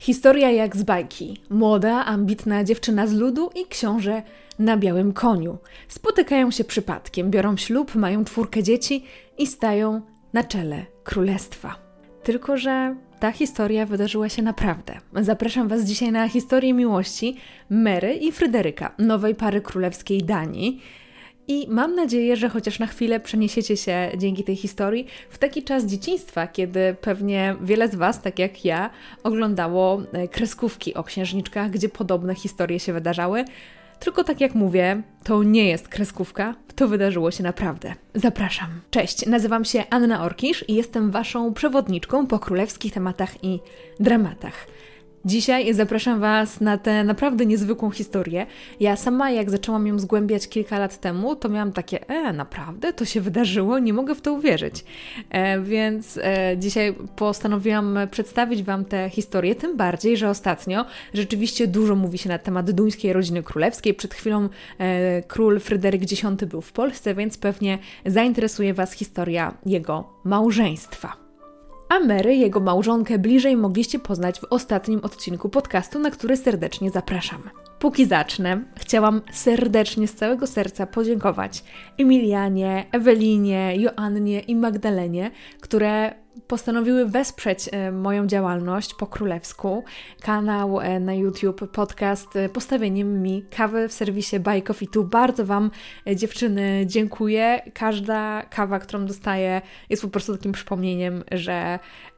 Historia jak z bajki. Młoda, ambitna dziewczyna z ludu i książę na białym koniu. Spotykają się przypadkiem, biorą ślub, mają 4 dzieci i stają na czele królestwa. Tylko że ta historia wydarzyła się naprawdę. Zapraszam Was dzisiaj na historię miłości Mary i Fryderyka, nowej pary królewskiej Danii. I mam nadzieję, że chociaż na chwilę przeniesiecie się dzięki tej historii w taki czas dzieciństwa, kiedy pewnie wiele z Was, tak jak ja, oglądało kreskówki o księżniczkach, gdzie podobne historie się wydarzały. Tylko tak jak mówię, to nie jest kreskówka, to wydarzyło się naprawdę. Zapraszam. Cześć, nazywam się Anna Orkisz i jestem Waszą przewodniczką po królewskich tematach i dramatach. Dzisiaj zapraszam Was na tę naprawdę niezwykłą historię. Ja sama, jak zaczęłam ją zgłębiać kilka lat temu, to miałam takie, naprawdę? To się wydarzyło? Nie mogę w to uwierzyć. Więc dzisiaj postanowiłam przedstawić Wam tę historię, tym bardziej, że ostatnio rzeczywiście dużo mówi się na temat duńskiej rodziny królewskiej. Przed chwilą król Fryderyk X był w Polsce, więc pewnie zainteresuje Was historia jego małżeństwa. A Mary, jego małżonkę, bliżej mogliście poznać w ostatnim odcinku podcastu, na który serdecznie zapraszam. Póki zacznę, chciałam serdecznie z całego serca podziękować Emilianie, Ewelinie, Joannie i Magdalenie, które postanowiły wesprzeć moją działalność po królewsku, kanał na YouTube, podcast, postawieniem mi kawy w serwisie Buy Coffee Tu. Bardzo Wam, dziewczyny, dziękuję. Każda kawa, którą dostaję, jest po prostu takim przypomnieniem, że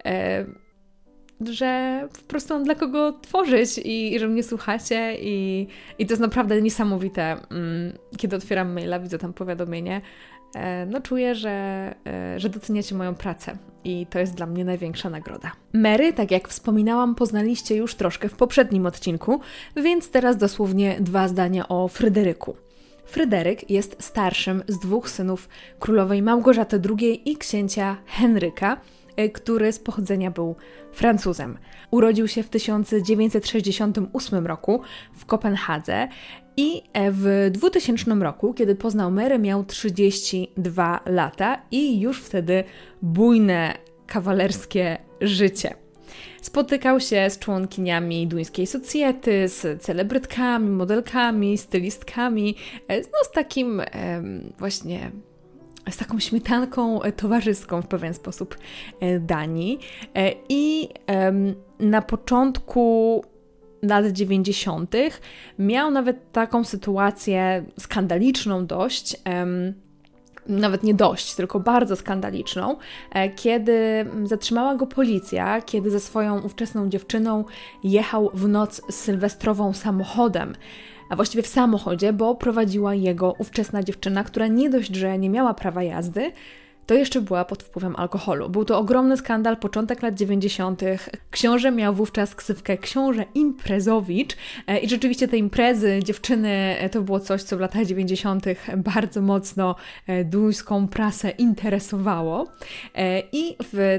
po prostu mam dla kogo tworzyć i że mnie słuchacie i to jest naprawdę niesamowite. Kiedy otwieram maila, widzę tam powiadomienie, czuję, że doceniacie moją pracę i to jest dla mnie największa nagroda. Mary, tak jak wspominałam, poznaliście już troszkę w poprzednim odcinku, więc teraz dosłownie 2 zdania o Fryderyku. Fryderyk jest starszym z 2 synów królowej Małgorzaty II i księcia Henryka, który z pochodzenia był Francuzem. Urodził się w 1968 roku w Kopenhadze i w 2000 roku, kiedy poznał Mary, miał 32 lata i już wtedy bujne, kawalerskie życie. Spotykał się z członkiniami duńskiej socjety, z celebrytkami, modelkami, stylistkami, z takim właśnie... z taką śmietanką towarzyską w pewien sposób Danii. I na początku lat 90. miał nawet taką sytuację skandaliczną dość, nawet nie dość, tylko bardzo skandaliczną, kiedy zatrzymała go policja, kiedy ze swoją ówczesną dziewczyną jechał w noc sylwestrową samochodem. A właściwie w samochodzie, bo prowadziła jego ówczesna dziewczyna, która nie dość, że nie miała prawa jazdy, to jeszcze była pod wpływem alkoholu. Był to ogromny skandal, początek lat 90. Książę miał wówczas ksywkę książę imprezowicz i rzeczywiście te imprezy, dziewczyny to było coś, co w latach 90. bardzo mocno duńską prasę interesowało. I w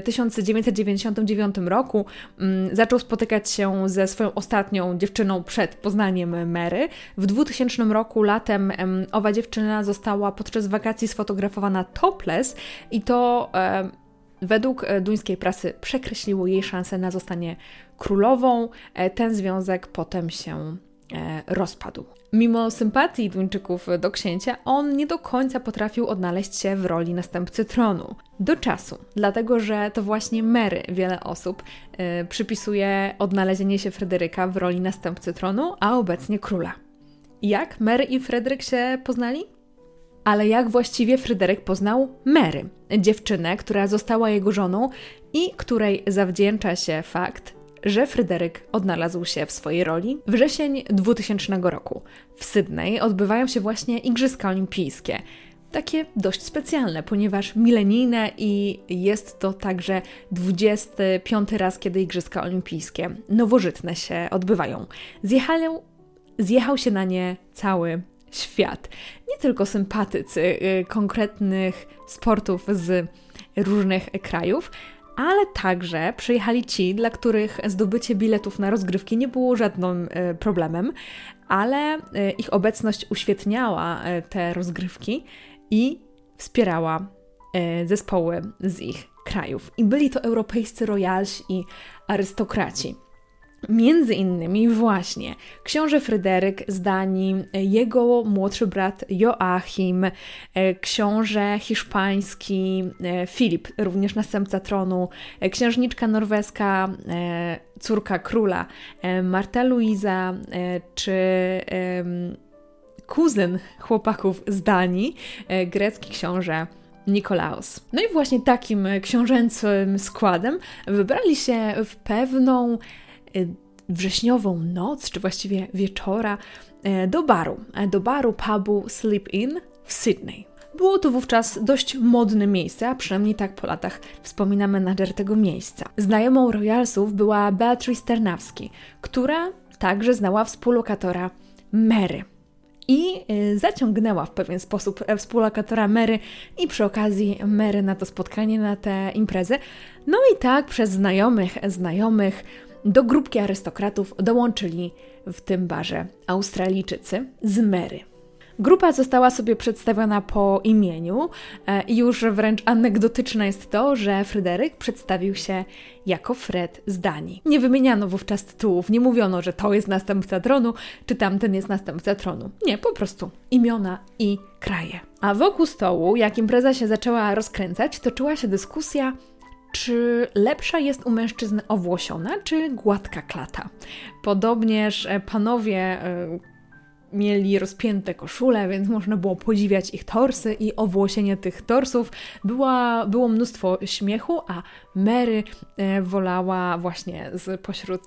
1999 roku zaczął spotykać się ze swoją ostatnią dziewczyną przed poznaniem Mary. W 2000 roku latem owa dziewczyna została podczas wakacji sfotografowana topless i to według duńskiej prasy przekreśliło jej szansę na zostanie królową. Ten związek potem się rozpadł. Mimo sympatii Duńczyków do księcia, on nie do końca potrafił odnaleźć się w roli następcy tronu. Do czasu, dlatego że to właśnie Mary wiele osób przypisuje odnalezienie się Fryderyka w roli następcy tronu, a obecnie króla. Jak Mary i Fryderyk się poznali? Ale jak właściwie Fryderyk poznał Mary, dziewczynę, która została jego żoną i której zawdzięcza się fakt, że Fryderyk odnalazł się w swojej roli? Wrzesień 2000 roku. W Sydney odbywają się właśnie Igrzyska Olimpijskie. Takie dość specjalne, ponieważ milenijne i jest to także 25. raz, kiedy Igrzyska Olimpijskie nowożytne się odbywają. Zjechał się na nie cały świat. Nie tylko sympatycy konkretnych sportów z różnych krajów, ale także przyjechali ci, dla których zdobycie biletów na rozgrywki nie było żadnym problemem, ale ich obecność uświetniała te rozgrywki i wspierała zespoły z ich krajów. I byli to europejscy royalsi i arystokraci. Między innymi właśnie książę Fryderyk z Danii, jego młodszy brat Joachim, książę hiszpański Filip, również następca tronu, księżniczka norweska, córka króla Marta Luisa, czy kuzyn chłopaków z Danii, grecki książę Nikolaos. No i właśnie takim książęcym składem wybrali się w pewną wrześniową noc, czy właściwie wieczora, do baru pubu Sleep Inn w Sydney. Było to wówczas dość modne miejsce, a przynajmniej tak po latach wspomina menadżer tego miejsca. Znajomą Royalsów była Beatrice Ternawski, która także znała współlokatora Mary. I zaciągnęła w pewien sposób współlokatora Mary i przy okazji Mary na to spotkanie, na tę imprezę. No i tak przez znajomych do grupki arystokratów dołączyli w tym barze Australijczycy z Mary. Grupa została sobie przedstawiona po imieniu i już wręcz anegdotyczne jest to, że Fryderyk przedstawił się jako Fred z Danii. Nie wymieniano wówczas tytułów, nie mówiono, że to jest następca tronu, czy tamten jest następca tronu. Nie, po prostu imiona i kraje. A wokół stołu, jak impreza się zaczęła rozkręcać, toczyła się dyskusja, czy lepsza jest u mężczyzn owłosiona, czy gładka klata. Podobnież panowie mieli rozpięte koszule, więc można było podziwiać ich torsy i owłosienie tych torsów. Było mnóstwo śmiechu, a Mary wolała właśnie pośród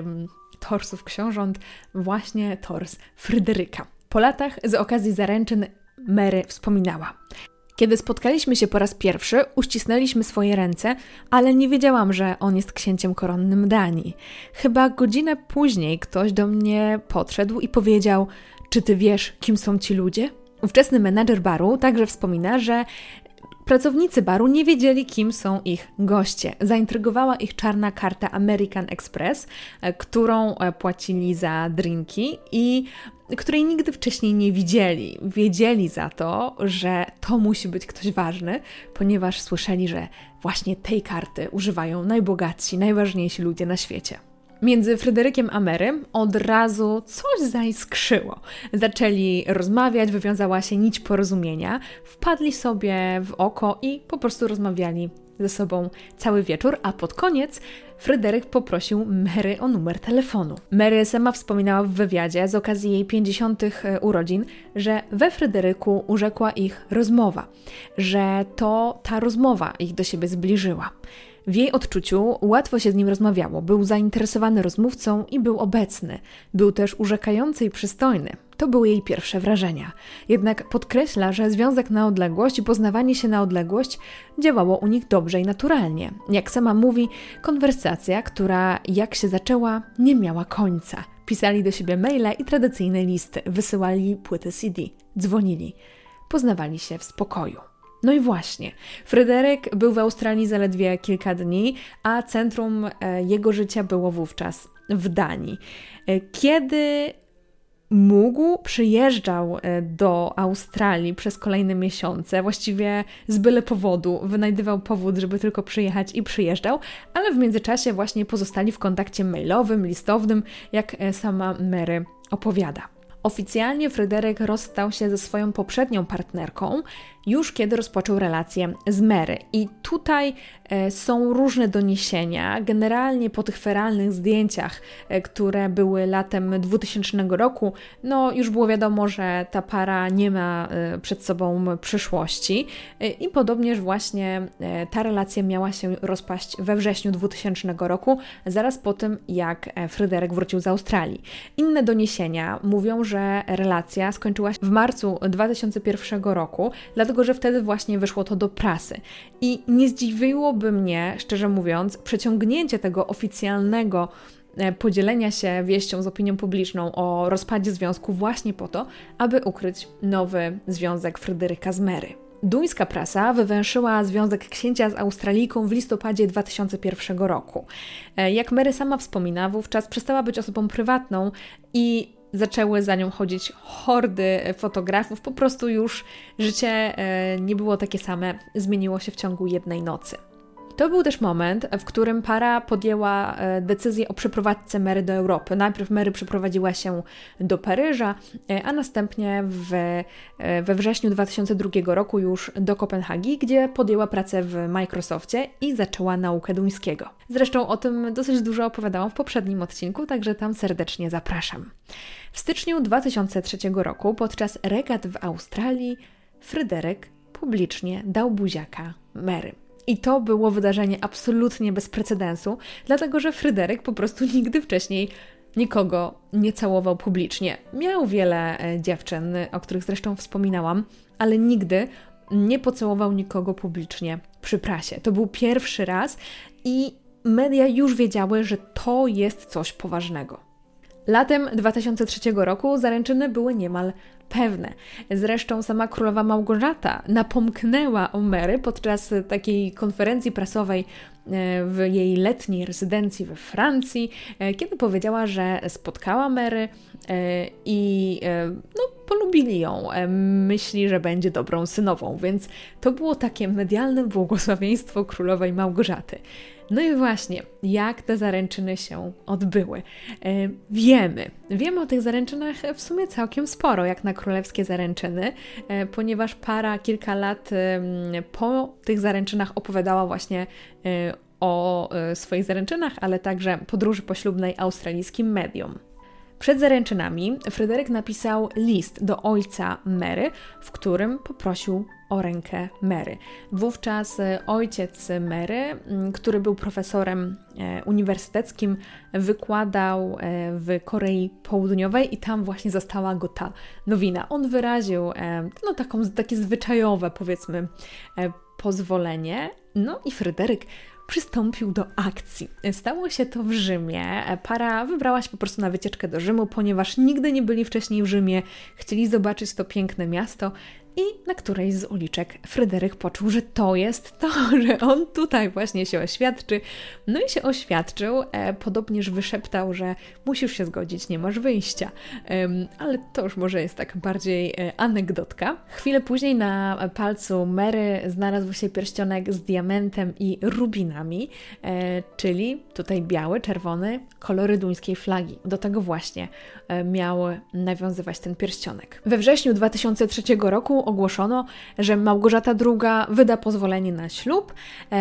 torsów książąt właśnie tors Fryderyka. Po latach z okazji zaręczyn Mary wspominała: kiedy spotkaliśmy się po raz pierwszy, uścisnęliśmy swoje ręce, ale nie wiedziałam, że on jest księciem koronnym Danii. Chyba godzinę później ktoś do mnie podszedł i powiedział: czy ty wiesz, kim są ci ludzie? Ówczesny menadżer baru także wspomina, że pracownicy baru nie wiedzieli, kim są ich goście. Zaintrygowała ich czarna karta American Express, którą płacili za drinki i której nigdy wcześniej nie widzieli. Wiedzieli za to, że to musi być ktoś ważny, ponieważ słyszeli, że właśnie tej karty używają najbogatsi, najważniejsi ludzie na świecie. Między Fryderykiem a Mary od razu coś zaiskrzyło. Zaczęli rozmawiać, wywiązała się nić porozumienia, wpadli sobie w oko i po prostu rozmawiali ze sobą cały wieczór, a pod koniec Fryderyk poprosił Mary o numer telefonu. Mary sama wspominała w wywiadzie z okazji jej 50. urodzin, że we Fryderyku urzekła ich rozmowa, że to ta rozmowa ich do siebie zbliżyła. W jej odczuciu łatwo się z nim rozmawiało, był zainteresowany rozmówcą i był obecny. Był też urzekający i przystojny. To były jej pierwsze wrażenia. Jednak podkreśla, że związek na odległość i poznawanie się na odległość działało u nich dobrze i naturalnie. Jak sama mówi, konwersacja, która jak się zaczęła, nie miała końca. Pisali do siebie maile i tradycyjne listy, wysyłali płyty CD, dzwonili. Poznawali się w spokoju. No i właśnie, Fryderyk był w Australii zaledwie kilka dni, a centrum jego życia było wówczas w Danii. Kiedy mógł, przyjeżdżał do Australii przez kolejne miesiące, właściwie z byle powodu, wynajdywał powód, żeby tylko przyjechać i przyjeżdżał, ale w międzyczasie właśnie pozostali w kontakcie mailowym, listownym, jak sama Mary opowiada. Oficjalnie Fryderyk rozstał się ze swoją poprzednią partnerką już kiedy rozpoczął relację z Mary. I tutaj są różne doniesienia. Generalnie po tych feralnych zdjęciach, które były latem 2000 roku, no już było wiadomo, że ta para nie ma przed sobą przyszłości. I podobnież właśnie ta relacja miała się rozpaść we wrześniu 2000 roku, zaraz po tym, jak Fryderyk wrócił z Australii. Inne doniesienia mówią, że relacja skończyła się w marcu 2001 roku, dlatego że wtedy właśnie wyszło to do prasy. I nie zdziwiłoby mnie, szczerze mówiąc, przeciągnięcie tego oficjalnego podzielenia się wieścią z opinią publiczną o rozpadzie związku właśnie po to, aby ukryć nowy związek Fryderyka z Mary. Duńska prasa wywęszyła związek księcia z Australijką w listopadzie 2001 roku. Jak Mary sama wspomina, wówczas przestała być osobą prywatną i zaczęły za nią chodzić hordy fotografów. Po prostu już życie nie było takie same, zmieniło się w ciągu jednej nocy. To był też moment, w którym para podjęła decyzję o przeprowadzce Mary do Europy. Najpierw Mary przeprowadziła się do Paryża, a następnie we wrześniu 2002 roku już do Kopenhagi, gdzie podjęła pracę w Microsoftie i zaczęła naukę duńskiego. Zresztą o tym dosyć dużo opowiadałam w poprzednim odcinku, także tam serdecznie zapraszam. W styczniu 2003 roku podczas regat w Australii Fryderyk publicznie dał buziaka Mary. I to było wydarzenie absolutnie bez precedensu, dlatego że Fryderyk po prostu nigdy wcześniej nikogo nie całował publicznie. Miał wiele dziewczyn, o których zresztą wspominałam, ale nigdy nie pocałował nikogo publicznie przy prasie. To był pierwszy raz i media już wiedziały, że to jest coś poważnego. Latem 2003 roku zaręczyny były niemal pewne. Zresztą sama królowa Małgorzata napomknęła o Mary podczas takiej konferencji prasowej w jej letniej rezydencji we Francji, kiedy powiedziała, że spotkała Mary i polubili ją. Myśli, że będzie dobrą synową, więc to było takie medialne błogosławieństwo królowej Małgorzaty. No i właśnie, jak te zaręczyny się odbyły. Wiemy o tych zaręczynach w sumie całkiem sporo, jak na królewskie zaręczyny, ponieważ para kilka lat po tych zaręczynach opowiadała właśnie o swoich zaręczynach, ale także podróży poślubnej australijskim mediom. Przed zaręczynami Fryderyk napisał list do ojca Mary, w którym poprosił o rękę Mary. Wówczas ojciec Mary, który był profesorem uniwersyteckim, wykładał w Korei Południowej i tam właśnie zastała go ta nowina. On wyraził takie zwyczajowe, powiedzmy, pozwolenie, i Fryderyk przystąpił do akcji. Stało się to w Rzymie. Para wybrała się po prostu na wycieczkę do Rzymu, ponieważ nigdy nie byli wcześniej w Rzymie, chcieli zobaczyć to piękne miasto i na którejś z uliczek Fryderyk poczuł, że to jest to, że on tutaj właśnie się oświadczy. No i się oświadczył, podobnież wyszeptał, że musisz się zgodzić, nie masz wyjścia. Ale to już może jest tak bardziej anegdotka. Chwilę później na palcu Mary znalazł się pierścionek z diamentem i rubinami, czyli tutaj biały, czerwony, kolory duńskiej flagi. Do tego właśnie miał nawiązywać ten pierścionek. We wrześniu 2003 roku ogłoszono, że Małgorzata II wyda pozwolenie na ślub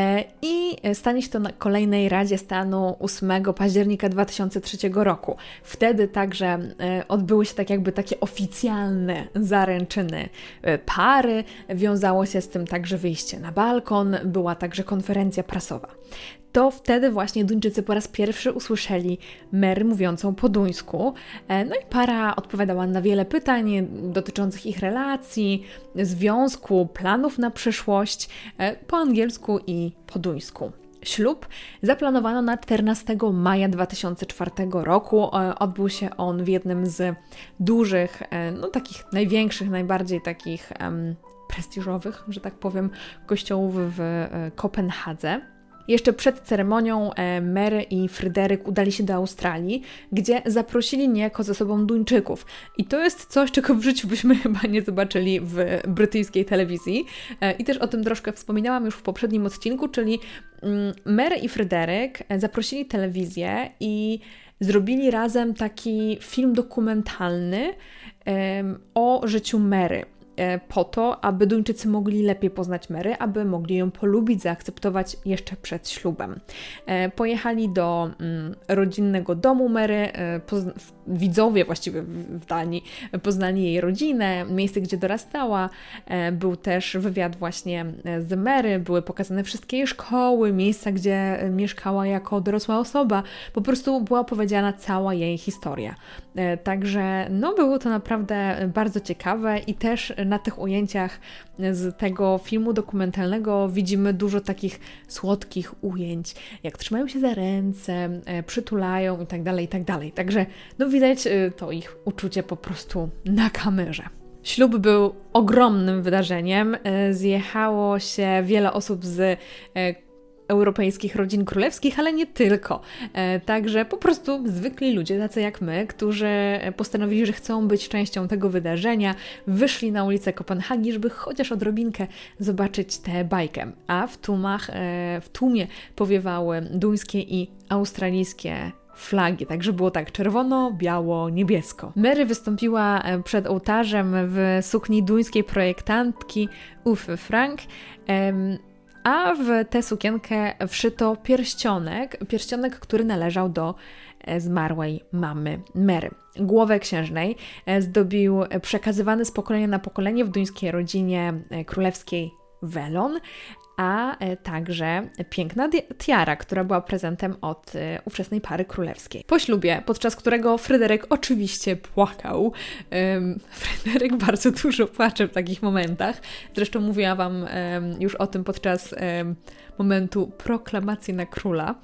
i stanie się to na kolejnej Radzie Stanu 8 października 2003 roku. Wtedy także odbyły się takie oficjalne zaręczyny pary, wiązało się z tym także wyjście na balkon, była także konferencja prasowa. To wtedy właśnie Duńczycy po raz pierwszy usłyszeli Mary mówiącą po duńsku. No i para odpowiadała na wiele pytań dotyczących ich relacji, związku, planów na przyszłość po angielsku i po duńsku. Ślub zaplanowano na 14 maja 2004 roku. Odbył się on w jednym z dużych, takich największych, najbardziej takich prestiżowych, że tak powiem, kościołów w Kopenhadze. Jeszcze przed ceremonią Mary i Fryderyk udali się do Australii, gdzie zaprosili niejako ze sobą Duńczyków. I to jest coś, czego w życiu byśmy chyba nie zobaczyli w brytyjskiej telewizji. I też o tym troszkę wspominałam już w poprzednim odcinku, czyli Mary i Fryderyk zaprosili telewizję i zrobili razem taki film dokumentalny o życiu Mary. Po to, aby Duńczycy mogli lepiej poznać Mary, aby mogli ją polubić, zaakceptować jeszcze przed ślubem. Pojechali do rodzinnego domu Mary, widzowie właściwie w Danii poznali jej rodzinę, miejsce, gdzie dorastała. Był też wywiad właśnie z Mary, były pokazane wszystkie jej szkoły, miejsca, gdzie mieszkała jako dorosła osoba. Po prostu była opowiedziana cała jej historia. Także było to naprawdę bardzo ciekawe i też na tych ujęciach z tego filmu dokumentalnego widzimy dużo takich słodkich ujęć, jak trzymają się za ręce, przytulają i tak dalej, i tak dalej. Także widać to ich uczucie po prostu na kamerze. Ślub był ogromnym wydarzeniem. Zjechało się wiele osób z europejskich rodzin królewskich, ale nie tylko. Także po prostu zwykli ludzie, tacy jak my, którzy postanowili, że chcą być częścią tego wydarzenia, wyszli na ulicę Kopenhagi, żeby chociaż odrobinkę zobaczyć tę bajkę. A w tłumie powiewały duńskie i australijskie flagi, także było tak czerwono, biało, niebiesko. Mary wystąpiła przed ołtarzem w sukni duńskiej projektantki Uffe Frank, a w tę sukienkę wszyto pierścionek, który należał do zmarłej mamy Mary. Głowę księżnej zdobił przekazywany z pokolenia na pokolenie w duńskiej rodzinie królewskiej welon, a także piękna tiara, która była prezentem od ówczesnej pary królewskiej. Po ślubie, podczas którego Fryderyk oczywiście płakał. Fryderyk bardzo dużo płacze w takich momentach. Zresztą mówiłam Wam już o tym podczas momentu proklamacji na króla.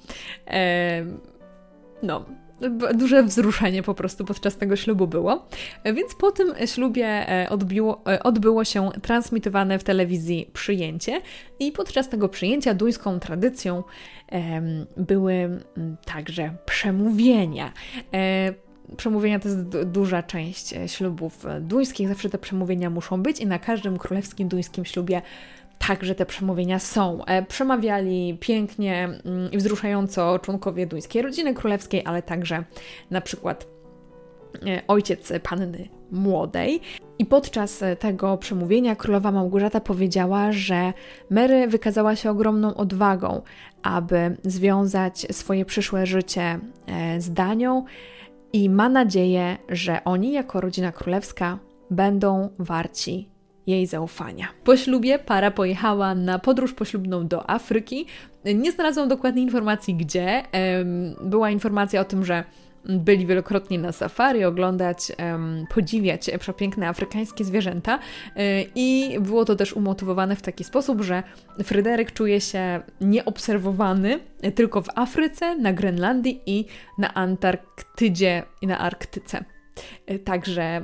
Duże wzruszenie po prostu podczas tego ślubu było. Więc po tym ślubie odbyło się transmitowane w telewizji przyjęcie i podczas tego przyjęcia duńską tradycją były także przemówienia. Przemówienia to jest duża część ślubów duńskich, zawsze te przemówienia muszą być i na każdym królewskim duńskim ślubie także te przemówienia są. Przemawiali pięknie i wzruszająco członkowie duńskiej rodziny królewskiej, ale także na przykład ojciec panny młodej. I podczas tego przemówienia królowa Małgorzata powiedziała, że Mary wykazała się ogromną odwagą, aby związać swoje przyszłe życie z Danią i ma nadzieję, że oni jako rodzina królewska będą warci jej zaufania. Po ślubie para pojechała na podróż poślubną do Afryki. Nie znalazłam dokładnej informacji gdzie. Była informacja o tym, że byli wielokrotnie na safari, oglądać, podziwiać przepiękne afrykańskie zwierzęta i było to też umotywowane w taki sposób, że Fryderyk czuje się nieobserwowany tylko w Afryce, na Grenlandii i na Antarktydzie i na Arktyce. Także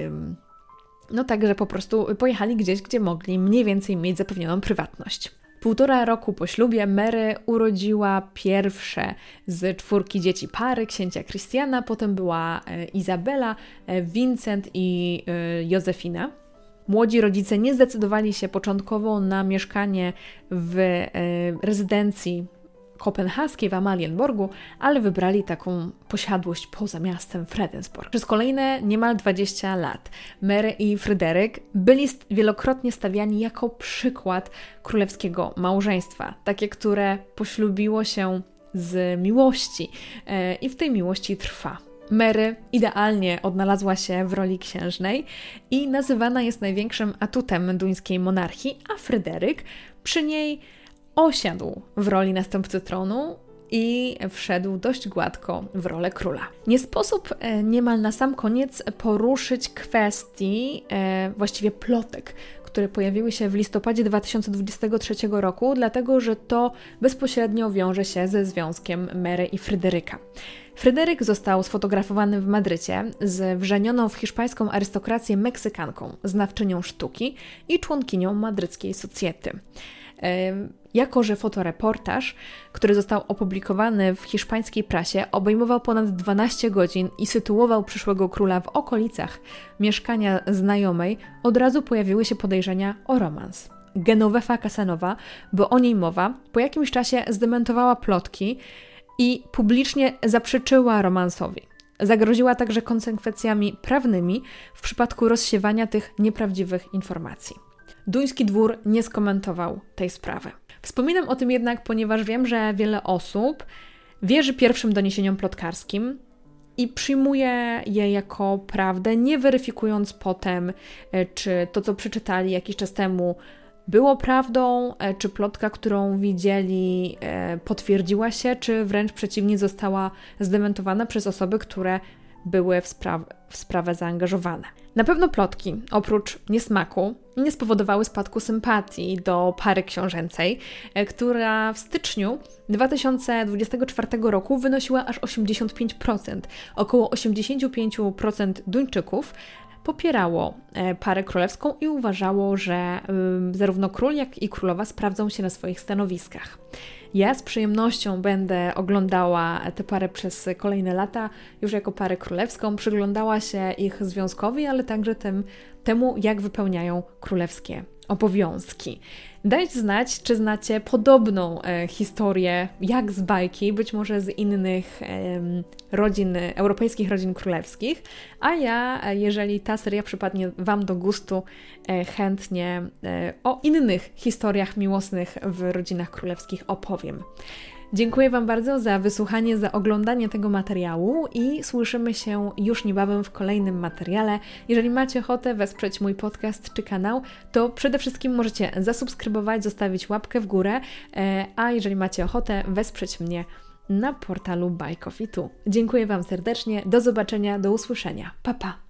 po prostu pojechali gdzieś, gdzie mogli mniej więcej mieć zapewnioną prywatność. 1,5 roku po ślubie Mary urodziła pierwsze z 4 dzieci pary, księcia Christiana, potem była Izabela, Vincent i Józefina. Młodzi rodzice nie zdecydowali się początkowo na mieszkanie w rezydencji kopenhaskiej w Amalienborgu, ale wybrali taką posiadłość poza miastem Fredensborg. Przez kolejne niemal 20 lat Mary i Fryderyk byli wielokrotnie stawiani jako przykład królewskiego małżeństwa, takie, które poślubiło się z miłości i w tej miłości trwa. Mary idealnie odnalazła się w roli księżnej i nazywana jest największym atutem duńskiej monarchii, a Fryderyk przy niej osiadł w roli następcy tronu i wszedł dość gładko w rolę króla. Nie sposób niemal na sam koniec poruszyć kwestii, właściwie plotek, które pojawiły się w listopadzie 2023 roku, dlatego że to bezpośrednio wiąże się ze związkiem Mary i Fryderyka. Fryderyk został sfotografowany w Madrycie z wrzenioną w hiszpańską arystokrację Meksykanką, znawczynią sztuki i członkinią madryckiej Society. Jako że fotoreportaż, który został opublikowany w hiszpańskiej prasie, obejmował ponad 12 godzin i sytuował przyszłego króla w okolicach mieszkania znajomej, od razu pojawiły się podejrzenia o romans. Genovefa Casanowa, bo o niej mowa, po jakimś czasie zdementowała plotki i publicznie zaprzeczyła romansowi. Zagroziła także konsekwencjami prawnymi w przypadku rozsiewania tych nieprawdziwych informacji. Duński dwór nie skomentował tej sprawy. Wspominam o tym jednak, ponieważ wiem, że wiele osób wierzy pierwszym doniesieniom plotkarskim i przyjmuje je jako prawdę, nie weryfikując potem, czy to, co przeczytali jakiś czas temu, było prawdą, czy plotka, którą widzieli, potwierdziła się, czy wręcz przeciwnie, została zdementowana przez osoby, które były w sprawę zaangażowane. Na pewno plotki, oprócz niesmaku, nie spowodowały spadku sympatii do pary książęcej, która w styczniu 2024 roku wynosiła aż 85%. Około 85% Duńczyków popierało parę królewską i uważało, że zarówno król, jak i królowa sprawdzą się na swoich stanowiskach. Ja z przyjemnością będę oglądała tę parę przez kolejne lata, już jako parę królewską, przyglądała się ich związkowi, ale także temu, jak wypełniają królewskie obowiązki. Dajcie znać, czy znacie podobną historię, jak z bajki, być może z innych europejskich rodzin królewskich, a ja, jeżeli ta seria przypadnie Wam do gustu, chętnie o innych historiach miłosnych w rodzinach królewskich opowiem. Dziękuję Wam bardzo za wysłuchanie, za oglądanie tego materiału i słyszymy się już niebawem w kolejnym materiale. Jeżeli macie ochotę wesprzeć mój podcast czy kanał, to przede wszystkim możecie zasubskrybować, zostawić łapkę w górę, a jeżeli macie ochotę wesprzeć mnie na portalu Buy Coffee Tu. Dziękuję Wam serdecznie, do zobaczenia, do usłyszenia. Pa, pa!